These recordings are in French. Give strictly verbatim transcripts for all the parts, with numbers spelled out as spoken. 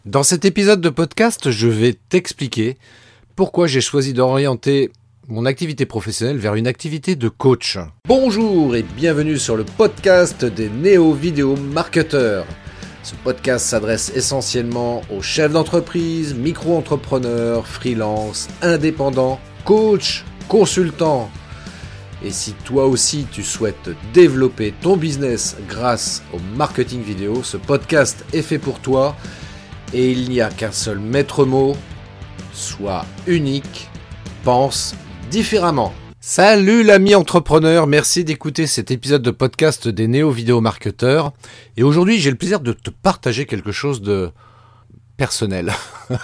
Dans cet épisode de podcast, je vais t'expliquer pourquoi j'ai choisi d'orienter mon activité professionnelle vers une activité de coach. Bonjour et bienvenue sur le podcast des néo-vidéo marketeurs. Ce podcast s'adresse essentiellement aux chefs d'entreprise, micro-entrepreneurs, freelance, indépendants, coachs, consultants. Et si toi aussi tu souhaites développer ton business grâce au marketing vidéo, ce podcast est fait pour toi. Et il n'y a qu'un seul maître mot, sois unique, pense différemment. Salut l'ami entrepreneur, merci d'écouter cet épisode de podcast des néo-vidéo marketeurs. Et aujourd'hui, j'ai le plaisir de te partager quelque chose de personnel.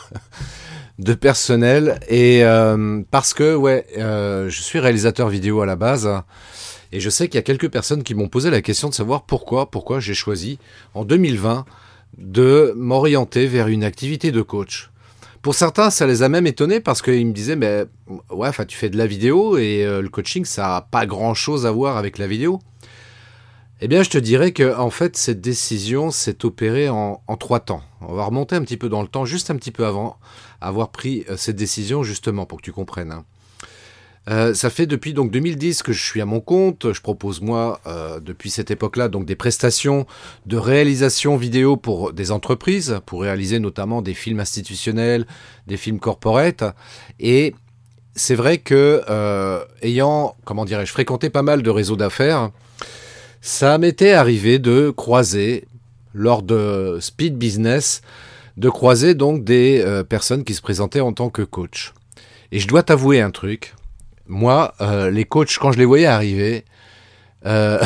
de personnel, et euh, parce que ouais, euh, je suis réalisateur vidéo à la base, et je sais qu'il y a quelques personnes qui m'ont posé la question de savoir pourquoi, pourquoi j'ai choisi en deux mille vingt de m'orienter vers une activité de coach. Pour certains, ça les a même étonnés parce qu'ils me disaient, mais ouais, enfin, tu fais de la vidéo et euh, le coaching, ça n'a pas grand-chose à voir avec la vidéo. Eh bien, je te dirais que en fait, cette décision s'est opérée en, en trois temps. On va remonter un petit peu dans le temps, juste un petit peu avant avoir pris euh, cette décision, justement, pour que tu comprennes. Hein. Euh, ça fait depuis donc deux mille dix que je suis à mon compte. Je propose moi euh, depuis cette époque-là donc des prestations de réalisation vidéo pour des entreprises, pour réaliser notamment des films institutionnels, des films corporate. Et c'est vrai que euh, ayant, comment dirais-je, fréquenté pas mal de réseaux d'affaires, ça m'était arrivé de croiser lors de Speed Business, de croiser donc des euh, personnes qui se présentaient en tant que coach. Et je dois t'avouer un truc. Moi, euh, les coachs, quand je les voyais arriver, euh,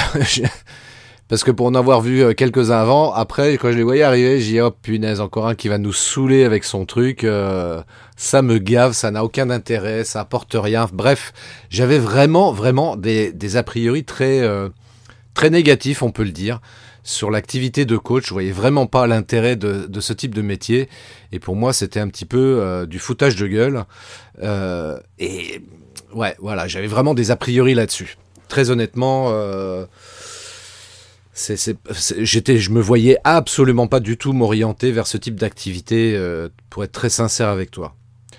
parce que pour en avoir vu quelques-uns avant, après, quand je les voyais arriver, j'ai dit, oh punaise, encore un qui va nous saouler avec son truc, euh, ça me gave, ça n'a aucun intérêt, ça apporte rien. Bref, j'avais vraiment, vraiment des, des a priori très, euh, très négatifs, on peut le dire, sur l'activité de coach. Je voyais vraiment pas l'intérêt de, de ce type de métier, et pour moi, c'était un petit peu euh, du foutage de gueule, euh, et... Ouais, voilà, j'avais vraiment des a priori là-dessus. Très honnêtement, euh, c'est, c'est, c'est, j'étais, je me voyais absolument pas du tout m'orienter vers ce type d'activité, euh, pour être très sincère avec toi.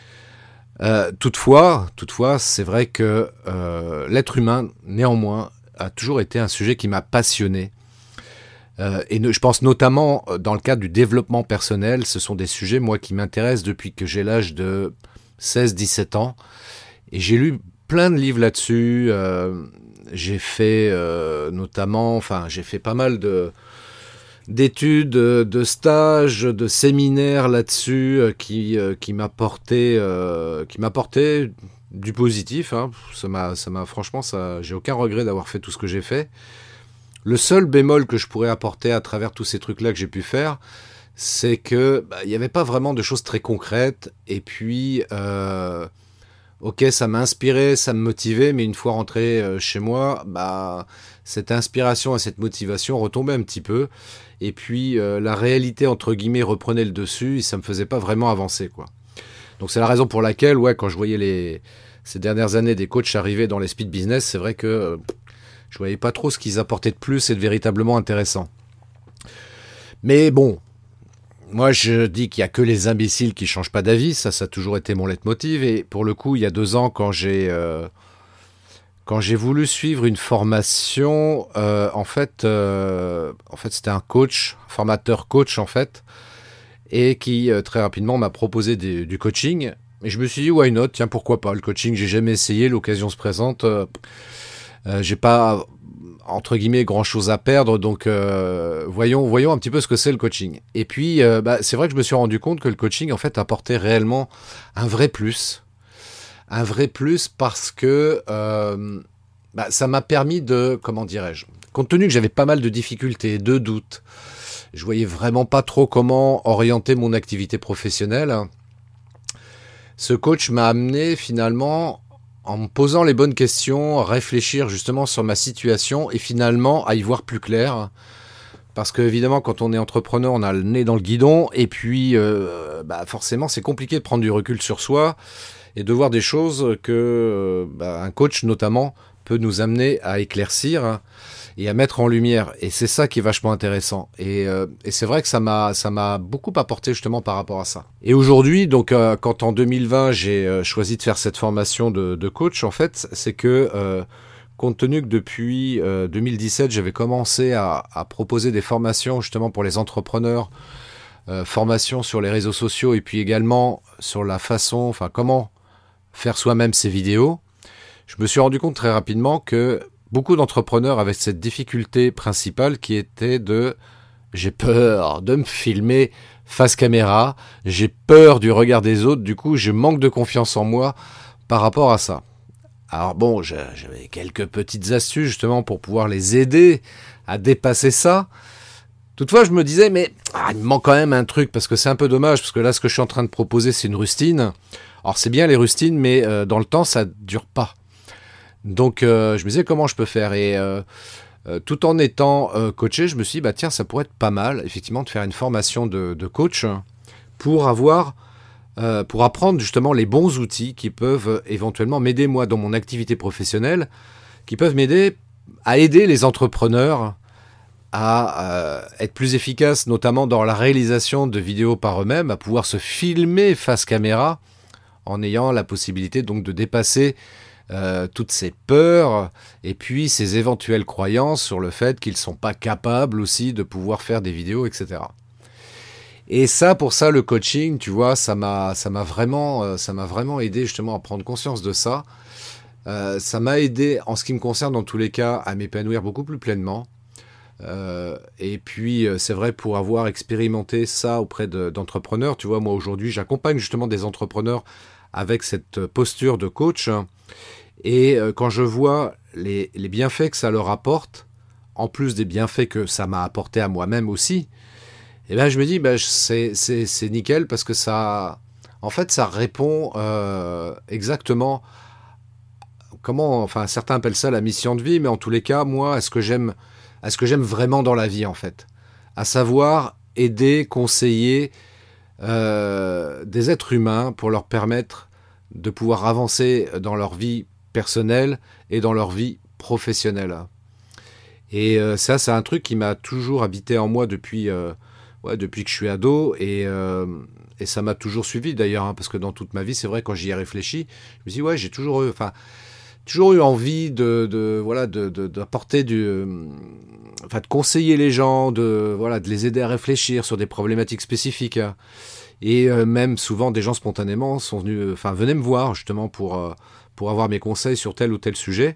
Euh, toutefois, toutefois, c'est vrai que euh, l'être humain, néanmoins, a toujours été un sujet qui m'a passionné. Euh, et ne, je pense notamment dans le cadre du développement personnel, ce sont des sujets, moi, qui m'intéressent depuis que j'ai l'âge de seize dix-sept ans. Et j'ai lu plein de livres là-dessus, euh, j'ai fait euh, notamment, enfin j'ai fait pas mal de, d'études, de stages, de séminaires là-dessus euh, qui, euh, qui m'apportaient, euh, qui m'apportaient du positif. Hein. Ça m'a, ça m'a, franchement, ça, j'ai aucun regret d'avoir fait tout ce que j'ai fait. Le seul bémol que je pourrais apporter à travers tous ces trucs-là que j'ai pu faire, c'est que bah, il n'y avait pas vraiment de choses très concrètes, et puis... Euh, Ok, ça m'a inspiré, ça me motivait, mais une fois rentré euh, chez moi, bah, cette inspiration et cette motivation retombaient un petit peu. Et puis, euh, la réalité, entre guillemets, reprenait le dessus et ça me faisait pas vraiment avancer, quoi. Donc, c'est la raison pour laquelle, ouais, quand je voyais les, ces dernières années des coachs arriver dans les speed business, c'est vrai que euh, je voyais pas trop ce qu'ils apportaient de plus et de véritablement intéressant. Mais bon... Moi, je dis qu'il n'y a que les imbéciles qui ne changent pas d'avis. Ça, ça a toujours été mon leitmotiv. Et pour le coup, il y a deux ans, quand j'ai, euh, quand j'ai voulu suivre une formation, euh, en fait, euh, en fait, c'était un coach, formateur coach, en fait, et qui, euh, très rapidement, m'a proposé des, du coaching. Et je me suis dit, why not? Tiens, pourquoi pas? Le coaching, j'ai jamais essayé. L'occasion se présente. Euh, euh, j'ai pas... entre guillemets grand chose à perdre, donc euh, voyons voyons un petit peu ce que c'est le coaching. Et puis euh, bah, c'est vrai que je me suis rendu compte que le coaching en fait apportait réellement un vrai plus, un vrai plus parce que euh, bah, ça m'a permis de, comment dirais-je, compte tenu que j'avais pas mal de difficultés, de doutes, je voyais vraiment pas trop comment orienter mon activité professionnelle. Ce coach m'a amené finalement, en me posant les bonnes questions, à réfléchir justement sur ma situation et finalement à y voir plus clair. Parce que évidemment, quand on est entrepreneur, on a le nez dans le guidon et puis euh, bah forcément, c'est compliqué de prendre du recul sur soi et de voir des choses que euh, bah, un coach notamment peut nous amener à éclaircir. et à mettre en lumière. Et c'est ça qui est vachement intéressant. Et, euh, et c'est vrai que ça m'a, ça m'a beaucoup apporté justement par rapport à ça. Et aujourd'hui, donc, euh, quand en deux mille vingt, j'ai euh, choisi de faire cette formation de, de coach, en fait, c'est que, euh, compte tenu que depuis euh, deux mille dix-sept, j'avais commencé à, à proposer des formations justement pour les entrepreneurs, euh, formations sur les réseaux sociaux et puis également sur la façon, enfin, comment faire soi-même ses vidéos, je me suis rendu compte très rapidement que beaucoup d'entrepreneurs avaient cette difficulté principale qui était de « j'ai peur de me filmer face caméra, j'ai peur du regard des autres, du coup je manque de confiance en moi par rapport à ça ». Alors bon, j'avais quelques petites astuces justement pour pouvoir les aider à dépasser ça. Toutefois, je me disais, mais ah, il me manque quand même un truc, parce que c'est un peu dommage, parce que là, ce que je suis en train de proposer, c'est une rustine. Alors, c'est bien les rustines, mais euh, dans le temps, ça ne dure pas. Donc, euh, je me disais, comment je peux faire ? Et euh, euh, tout en étant euh, coaché, je me suis dit, bah, tiens, ça pourrait être pas mal, effectivement, de faire une formation de, de coach pour avoir, euh, pour apprendre justement les bons outils qui peuvent euh, éventuellement m'aider, moi, dans mon activité professionnelle, qui peuvent m'aider à aider les entrepreneurs à euh, être plus efficaces, notamment dans la réalisation de vidéos par eux-mêmes, à pouvoir se filmer face caméra, en ayant la possibilité donc de dépasser euh, toutes ces peurs et puis ces éventuelles croyances sur le fait qu'ils ne sont pas capables aussi de pouvoir faire des vidéos, et cetera. Et ça, pour ça, le coaching, tu vois, ça m'a, ça m'a vraiment, euh, ça m'a vraiment aidé justement à prendre conscience de ça. Euh, ça m'a aidé, en ce qui me concerne, dans tous les cas, à m'épanouir beaucoup plus pleinement. Euh, et puis euh, c'est vrai, pour avoir expérimenté ça auprès de, d'entrepreneurs, tu vois, moi aujourd'hui j'accompagne justement des entrepreneurs avec cette posture de coach, et euh, quand je vois les, les bienfaits que ça leur apporte, en plus des bienfaits que ça m'a apporté à moi-même aussi, et ben je me dis ben, c'est, c'est, c'est nickel, parce que ça, en fait ça répond euh, exactement, comment, enfin certains appellent ça la mission de vie, mais en tous les cas, moi, à ce que j'aime à ce que j'aime vraiment dans la vie, en fait. À savoir aider, conseiller euh, des êtres humains pour leur permettre de pouvoir avancer dans leur vie personnelle et dans leur vie professionnelle. Et euh, ça, c'est un truc qui m'a toujours habité en moi depuis, euh, ouais, depuis que je suis ado, et, euh, et ça m'a toujours suivi d'ailleurs, hein, parce que dans toute ma vie, c'est vrai, quand j'y ai réfléchi, je me suis dit, ouais, j'ai toujours eu... Enfin, toujours eu envie de, de voilà de, de d'apporter du euh, enfin de conseiller les gens, de voilà de les aider à réfléchir sur des problématiques spécifiques, hein. Et euh, même souvent des gens spontanément sont venus, enfin venaient me voir justement pour euh, pour avoir mes conseils sur tel ou tel sujet.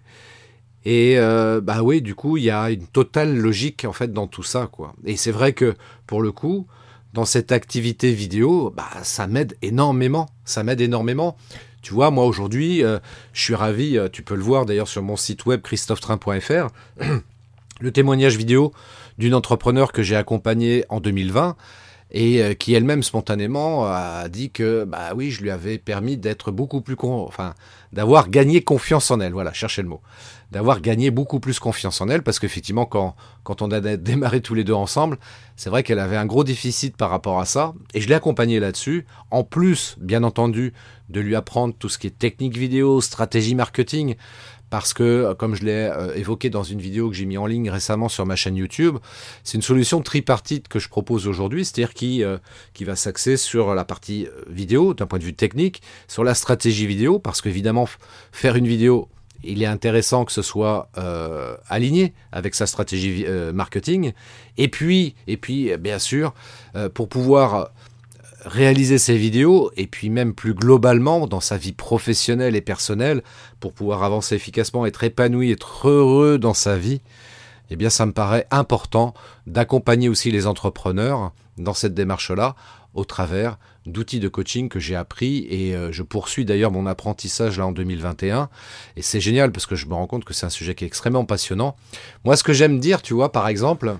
Et euh, bah oui, du coup il y a une totale logique en fait dans tout ça, quoi. Et c'est vrai que pour le coup, dans cette activité vidéo, bah ça m'aide énormément, ça m'aide énormément. Tu vois, moi aujourd'hui, euh, je suis ravi, euh, tu peux le voir d'ailleurs sur mon site web christophe train point f r, le témoignage vidéo d'une entrepreneur que j'ai accompagnée en deux mille vingt et euh, qui elle-même spontanément a dit que bah oui, je lui avais permis d'être beaucoup plus con... enfin d'avoir gagné confiance en elle, voilà, cherchez le mot, d'avoir gagné beaucoup plus confiance en elle, parce qu'effectivement quand, quand on a démarré tous les deux ensemble, c'est vrai qu'elle avait un gros déficit par rapport à ça, et je l'ai accompagnée là-dessus, en plus bien entendu de lui apprendre tout ce qui est technique vidéo, stratégie marketing, parce que, comme je l'ai euh, évoqué dans une vidéo que j'ai mis en ligne récemment sur ma chaîne YouTube, c'est une solution tripartite que je propose aujourd'hui, c'est-à-dire qui, euh, qui va s'axer sur la partie vidéo, d'un point de vue technique, sur la stratégie vidéo, parce qu'évidemment, f- faire une vidéo, il est intéressant que ce soit euh, aligné avec sa stratégie euh, marketing, et puis, et puis bien sûr, euh, pour pouvoir réaliser ses vidéos, et puis même plus globalement dans sa vie professionnelle et personnelle, pour pouvoir avancer efficacement, être épanoui, être heureux dans sa vie, eh bien ça me paraît important d'accompagner aussi les entrepreneurs dans cette démarche-là, au travers d'outils de coaching que j'ai appris, et euh, je poursuis d'ailleurs mon apprentissage là en deux mille vingt et un, et c'est génial parce que je me rends compte que c'est un sujet qui est extrêmement passionnant. Moi, ce que j'aime dire, tu vois, par exemple,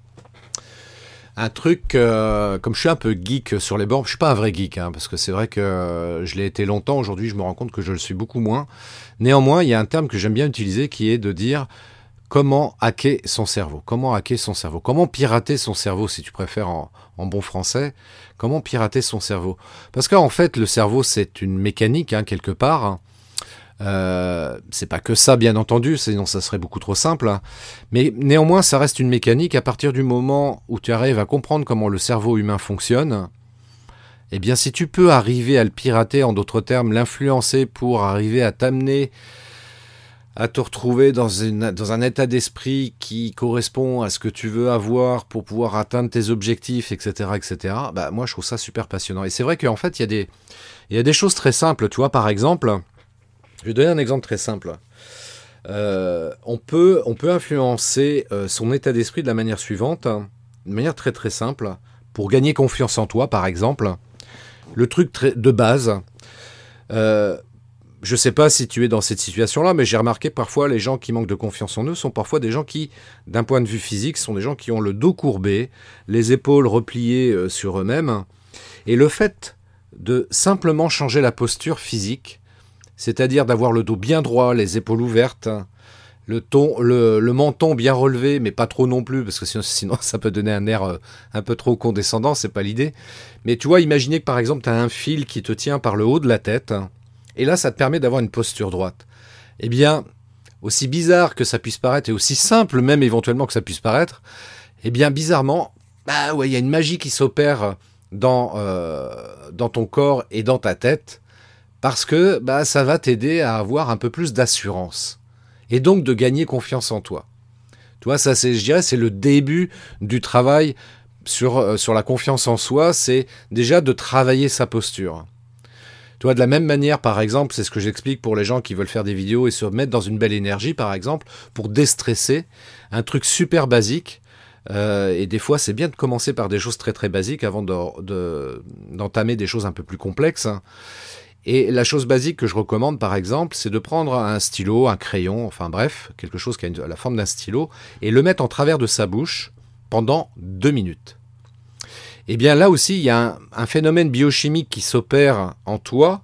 un truc, euh, comme je suis un peu geek sur les bords, je suis pas un vrai geek, hein, parce que c'est vrai que euh, je l'ai été longtemps, aujourd'hui je me rends compte que je le suis beaucoup moins. Néanmoins, il y a un terme que j'aime bien utiliser qui est de dire comment hacker son cerveau. Comment hacker son cerveau. Comment pirater son cerveau, si tu préfères en, en bon français. Comment pirater son cerveau. Parce qu'en fait, le cerveau, c'est une mécanique, hein, quelque part. Euh, c'est pas que ça, bien entendu, sinon ça serait beaucoup trop simple. Hein. Mais néanmoins, ça reste une mécanique. À partir du moment où tu arrives à comprendre comment le cerveau humain fonctionne, eh bien, si tu peux arriver à le pirater, en d'autres termes, l'influencer pour arriver à t'amener à te retrouver dans, une, dans un état d'esprit qui correspond à ce que tu veux avoir pour pouvoir atteindre tes objectifs, et cetera, et cetera, bah, moi, je trouve ça super passionnant. Et c'est vrai qu'en fait, il y a des, il y a des choses très simples. Tu vois, par exemple, je vais donner un exemple très simple. Euh, on peut, on peut influencer euh, son état d'esprit de la manière suivante, de manière très très simple, pour gagner confiance en toi, par exemple. Le truc très, de base, euh, je ne sais pas si tu es dans cette situation-là, mais j'ai remarqué parfois les gens qui manquent de confiance en eux sont parfois des gens qui, d'un point de vue physique, sont des gens qui ont le dos courbé, les épaules repliées euh, sur eux-mêmes. Et le fait de simplement changer la posture physique, c'est-à-dire d'avoir le dos bien droit, les épaules ouvertes, le, ton, le, le menton bien relevé, mais pas trop non plus, parce que sinon, sinon ça peut donner un air euh, un peu trop condescendant, c'est pas l'idée. Mais tu vois, imaginez que par exemple, tu as un fil qui te tient par le haut de la tête, et là, ça te permet d'avoir une posture droite. Eh bien, aussi bizarre que ça puisse paraître, et aussi simple même éventuellement que ça puisse paraître, eh bien, bizarrement, bah ouais, il y a une magie qui s'opère dans, euh, dans ton corps et dans ta tête, parce que bah, ça va t'aider à avoir un peu plus d'assurance, et donc de gagner confiance en toi. Tu vois, ça, c'est, je dirais, c'est le début du travail sur, euh, sur la confiance en soi, c'est déjà de travailler sa posture. Tu vois, de la même manière, par exemple, c'est ce que j'explique pour les gens qui veulent faire des vidéos et se mettre dans une belle énergie, par exemple, pour déstresser, un truc super basique. Euh, et des fois, c'est bien de commencer par des choses très très basiques avant de, de, d'entamer des choses un peu plus complexes. Et la chose basique que je recommande, par exemple, c'est de prendre un stylo, un crayon, enfin bref, quelque chose qui a une, la forme d'un stylo, et le mettre en travers de sa bouche pendant deux minutes. Eh bien là aussi, il y a un, un phénomène biochimique qui s'opère en toi,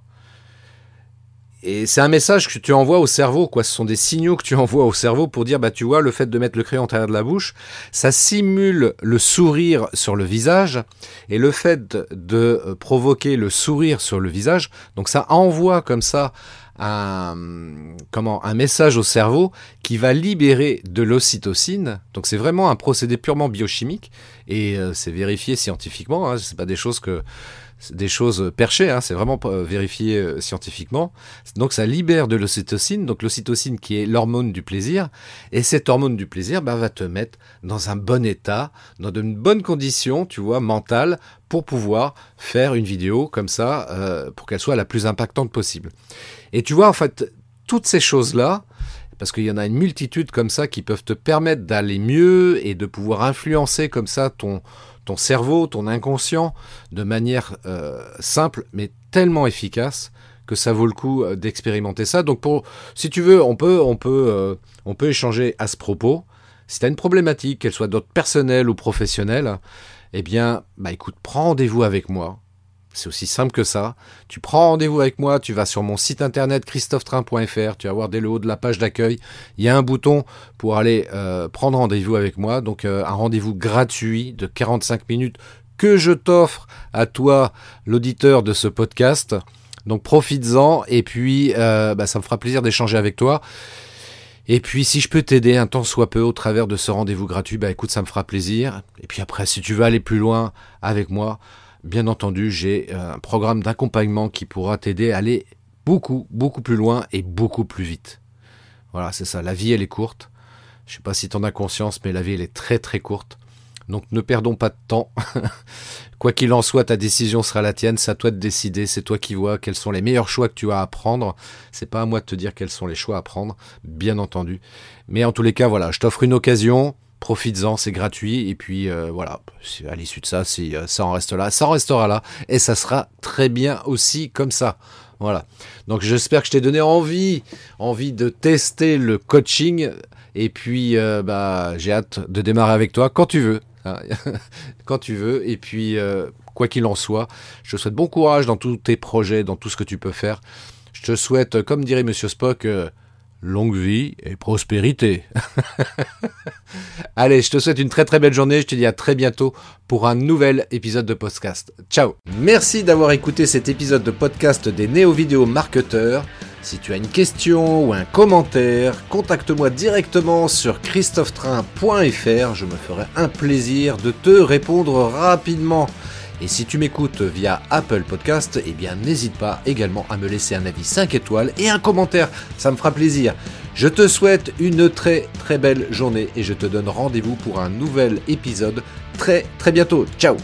et c'est un message que tu envoies au cerveau, quoi. Ce sont des signaux que tu envoies au cerveau pour dire, bah tu vois, le fait de mettre le crayon en travers de la bouche, ça simule le sourire sur le visage, et le fait de provoquer le sourire sur le visage, donc ça envoie comme ça un, comment, un message au cerveau qui va libérer de l'ocytocine. Donc c'est vraiment un procédé purement biochimique, et euh, c'est vérifié scientifiquement, hein, c'est pas des choses que des choses perchées, hein, c'est vraiment euh, vérifié euh, scientifiquement. Donc ça libère de l'ocytocine, donc l'ocytocine qui est l'hormone du plaisir, et cette hormone du plaisir bah, va te mettre dans un bon état, dans de bonnes conditions, tu vois, mentales, pour pouvoir faire une vidéo comme ça, euh, pour qu'elle soit la plus impactante possible. Et tu vois, en fait, toutes ces choses-là, parce qu'il y en a une multitude comme ça qui peuvent te permettre d'aller mieux et de pouvoir influencer comme ça ton ton cerveau, ton inconscient, de manière euh, simple, mais tellement efficace que ça vaut le coup euh, d'expérimenter ça. Donc, pour, si tu veux, on peut, on peut, euh, on peut échanger à ce propos. Si tu as une problématique, qu'elle soit d'ordre personnel ou professionnel, eh bien, bah écoute, prends rendez-vous avec moi. C'est aussi simple que ça. Tu prends rendez-vous avec moi, tu vas sur mon site internet christophe train point f r, tu vas voir dès le haut de la page d'accueil, il y a un bouton pour aller euh, prendre rendez-vous avec moi. Donc euh, un rendez-vous gratuit de quarante-cinq minutes que je t'offre à toi, l'auditeur de ce podcast. Donc profites-en, et puis euh, bah, ça me fera plaisir d'échanger avec toi. Et puis si je peux t'aider un tant soit peu au travers de ce rendez-vous gratuit, bah écoute, ça me fera plaisir. Et puis après, si tu veux aller plus loin avec moi, bien entendu, j'ai un programme d'accompagnement qui pourra t'aider à aller beaucoup, beaucoup plus loin et beaucoup plus vite. Voilà, c'est ça. La vie, elle est courte. Je ne sais pas si tu en as conscience, mais la vie, elle est très, très courte. Donc, ne perdons pas de temps. Quoi qu'il en soit, ta décision sera la tienne. C'est à toi de décider. C'est toi qui vois quels sont les meilleurs choix que tu as à prendre. C'est pas à moi de te dire quels sont les choix à prendre, bien entendu. Mais en tous les cas, voilà, je t'offre une occasion. Profites-en, c'est gratuit, et puis euh, voilà, à l'issue de ça, si euh, ça en reste là, ça en restera là, et ça sera très bien aussi comme ça. Voilà. Donc j'espère que je t'ai donné envie, envie de tester le coaching, et puis euh, bah j'ai hâte de démarrer avec toi quand tu veux, hein, quand tu veux, et puis euh, quoi qu'il en soit, je te souhaite bon courage dans tous tes projets, dans tout ce que tu peux faire. Je te souhaite, comme dirait Monsieur Spock, euh, longue vie et prospérité. Allez, je te souhaite une très très belle journée. Je te dis à très bientôt pour un nouvel épisode de podcast. Ciao. Merci d'avoir écouté cet épisode de podcast des Néo-Vidéo Marketeurs. Si tu as une question ou un commentaire, contacte-moi directement sur christophe train point f r, je me ferai un plaisir de te répondre rapidement. Et si tu m'écoutes via Apple Podcast, eh bien n'hésite pas également à me laisser un avis cinq étoiles et un commentaire, ça me fera plaisir. Je te souhaite une très très belle journée et je te donne rendez-vous pour un nouvel épisode très très bientôt. Ciao!